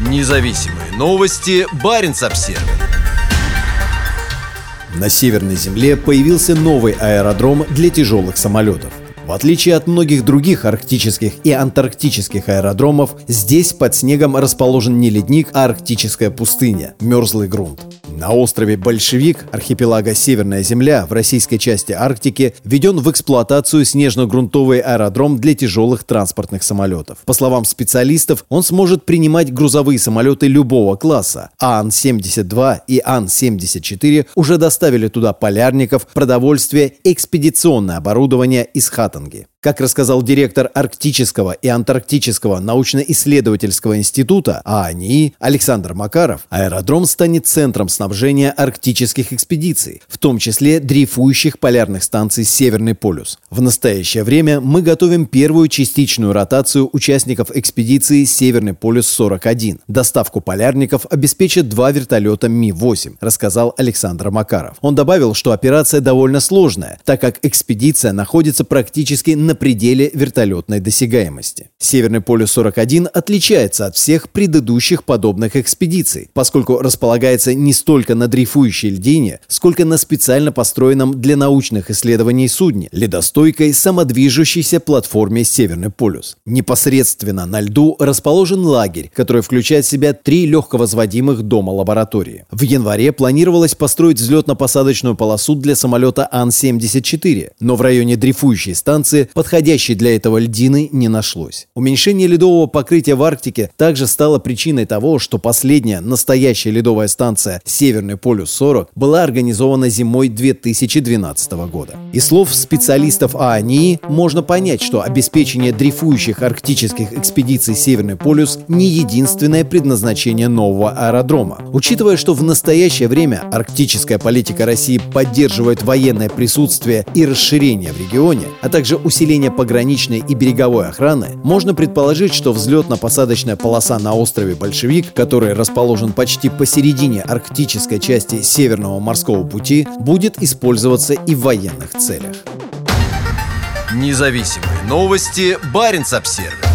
Независимые новости. Баренц-Обсервис. На Северной Земле появился новый аэродром для тяжелых самолетов. В отличие от многих других арктических и антарктических аэродромов, здесь под снегом расположен не ледник, а арктическая пустыня – мерзлый грунт. На острове Большевик, архипелага Северная Земля, в российской части Арктики, введен в эксплуатацию снежно-грунтовый аэродром для тяжелых транспортных самолетов. По словам специалистов, он сможет принимать грузовые самолеты любого класса. Ан-72 и Ан-74 уже доставили туда полярников, продовольствие, экспедиционное оборудование из Хатанги. Как рассказал директор Арктического и Антарктического научно-исследовательского института ААНИ Александр Макаров, аэродром станет центром снабжения арктических экспедиций, в том числе дрейфующих полярных станций «Северный полюс». В настоящее время мы готовим первую частичную ротацию участников экспедиции «Северный полюс-41». Доставку полярников обеспечат 2 вертолета Ми-8, рассказал Александр Макаров. Он добавил, что операция довольно сложная, так как экспедиция находится практически на пределе вертолетной досягаемости. Северный полюс-41 отличается от всех предыдущих подобных экспедиций, поскольку располагается не столько на дрейфующей льдине, сколько на специально построенном для научных исследований судне, ледостойкой самодвижущейся платформе «Северный полюс». Непосредственно на льду расположен лагерь, который включает в себя 3 легковозводимых дома-лаборатории. В январе планировалось построить взлетно-посадочную полосу для самолета Ан-74, но в районе дрейфующей станции подходящей для этого льдины не нашлось. Уменьшение ледового покрытия в Арктике также стало причиной того, что последняя настоящая ледовая станция «Северный полюс-40» была организована зимой 2012 года. Из слов специалистов ААНИ можно понять, что обеспечение дрейфующих арктических экспедиций «Северный полюс» не единственное предназначение нового аэродрома. Учитывая, что в настоящее время арктическая политика России поддерживает военное присутствие и расширение в регионе, а также усиление пограничной и береговой охраны, можно предположить, что взлетно-посадочная полоса на острове Большевик, который расположен почти посередине арктической части Северного морского пути, будет использоваться и в военных целях. Независимые новости. Баренц-Обсервис.